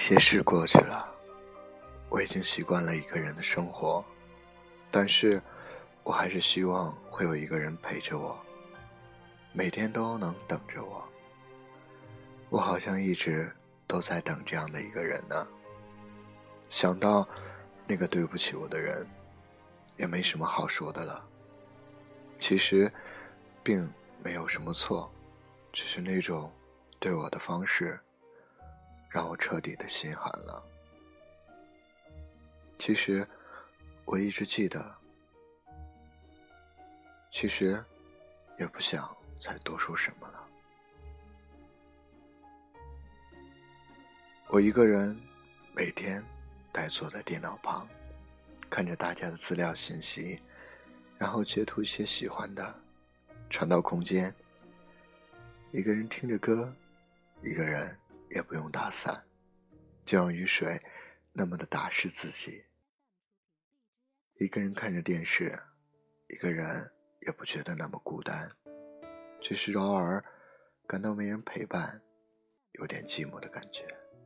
些事过去了，我已经习惯了一个人的生活，但是我还是希望会有一个人陪着我，每天都能等着我。我好像一直都在等这样的一个人呢。想到那个对不起我的人，也没什么好说的了。其实并没有什么错，只是那种对我的方式让我彻底的心寒了。其实我一直记得，其实也不想再多说什么了。我一个人每天呆坐在电脑旁，看着大家的资料信息，然后截图一些喜欢的传到空间，一个人听着歌，一个人也不用打伞，就让雨水那么的打湿自己。一个人看着电视，一个人也不觉得那么孤单，只是偶尔感到没人陪伴，有点寂寞的感觉。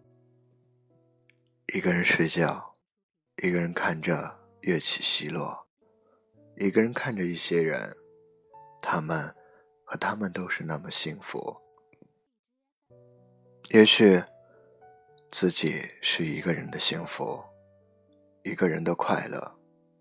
一个人睡觉，一个人看着月起西落，一个人看着一些人，他们和他们都是那么幸福。也许自己是一个人的幸福，一个人的快乐。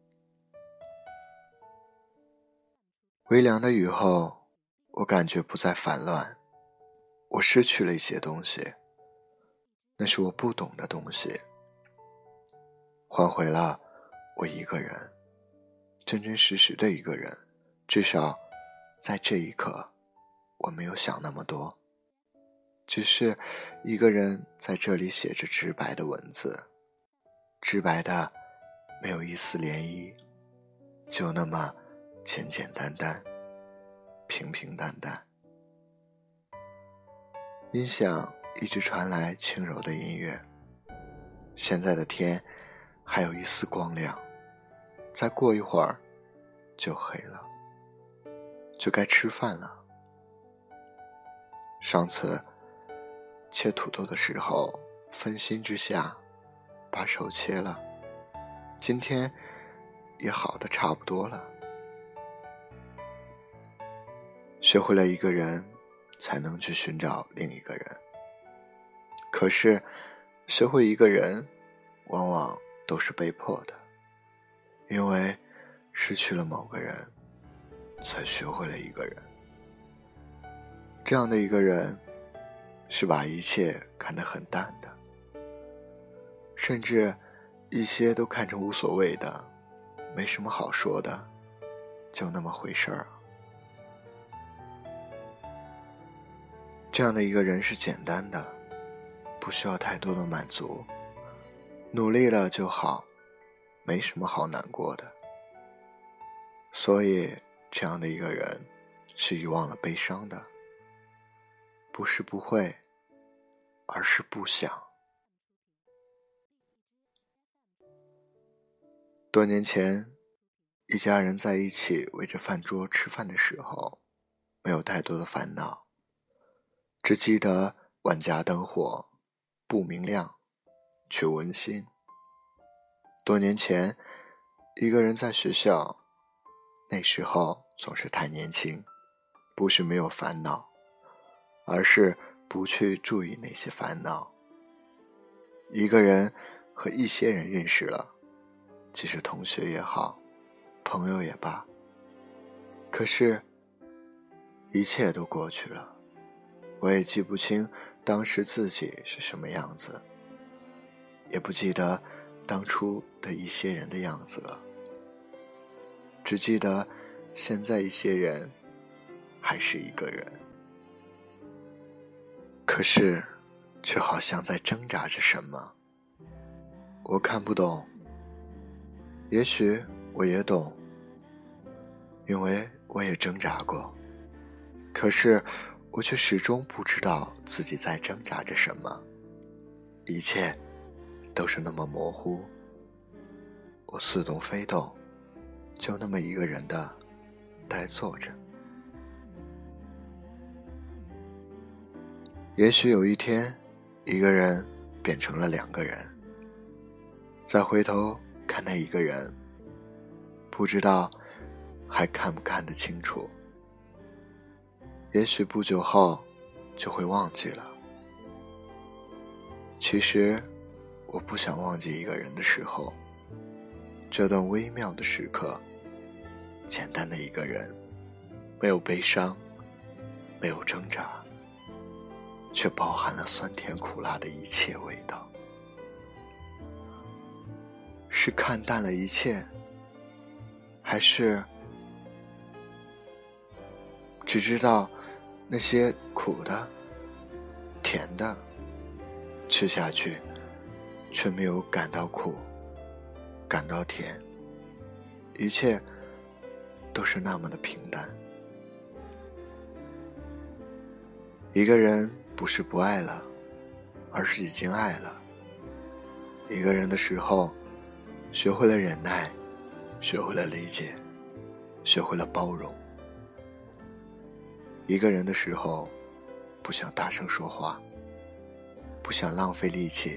微凉的雨后，我感觉不再烦乱，我失去了一些东西，那是我不懂的东西，换回了我一个人，真真实实的一个人。至少在这一刻，我没有想那么多，只是一个人在这里写着直白的文字，直白的没有一丝涟漪，就那么简简单单，平平淡淡。音响一直传来轻柔的音乐，现在的天还有一丝光亮，再过一会儿就黑了，就该吃饭了。上次切土豆的时候分心之下把手切了，今天也好的差不多了。学会了一个人才能去寻找另一个人，可是学会一个人往往都是被迫的，因为失去了某个人才学会了一个人。这样的一个人是把一切看得很淡的，甚至一些都看成无所谓的，没什么好说的，就那么回事儿。这样的一个人是简单的，不需要太多的满足，努力了就好，没什么好难过的。所以这样的一个人是遗忘了悲伤的，不是不会，而是不想。多年前，一家人在一起围着饭桌吃饭的时候，没有太多的烦恼，只记得万家灯火不明亮，却温馨。多年前，一个人在学校，那时候总是太年轻，不是没有烦恼，而是不去注意那些烦恼。一个人和一些人认识了，即使同学也好，朋友也罢，可是一切都过去了，我也记不清当时自己是什么样子，也不记得当初的一些人的样子了，只记得现在一些人还是一个人，可是却好像在挣扎着什么，我看不懂，也许我也懂，因为我也挣扎过，可是我却始终不知道自己在挣扎着什么，一切都是那么模糊，我似懂非懂，就那么一个人的呆坐着。也许有一天，一个人变成了2个人。再回头看那一个人，不知道还看不看得清楚。也许不久后就会忘记了。其实我不想忘记一个人的时候，这段微妙的时刻，简单的一个人，没有悲伤，没有挣扎，却包含了酸甜苦辣的一切味道。是看淡了一切，还是只知道那些苦的、甜的，吃下去却没有感到苦，感到甜，一切都是那么的平淡。一个人不是不爱了，而是已经爱了。一个人的时候，学会了忍耐，学会了理解，学会了包容。一个人的时候，不想大声说话，不想浪费力气。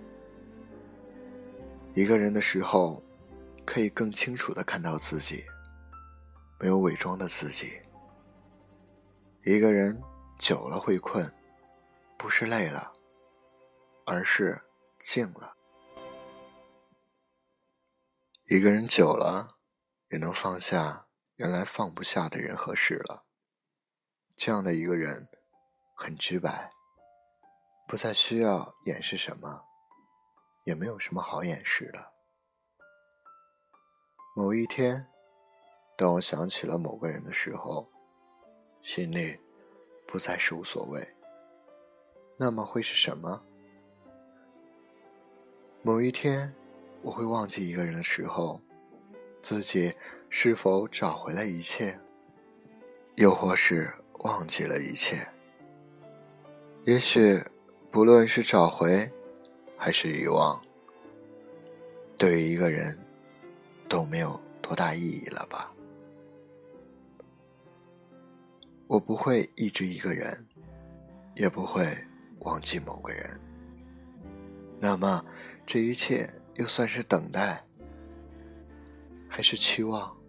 一个人的时候，可以更清楚地看到自己，没有伪装的自己。一个人久了会困，不是累了，而是静了。一个人久了，也能放下原来放不下的人和事了。这样的一个人很直白，不再需要掩饰什么，也没有什么好掩饰的。某一天，当我想起了某个人的时候，心里不再是无所谓。那么会是什么？某一天，我会忘记一个人的时候，自己是否找回了一切，又或是忘记了一切。也许不论是找回还是遗忘，对于一个人都没有多大意义了吧。我不会一直一个人，也不会忘记某个人。那么这一切又算是等待，还是期望？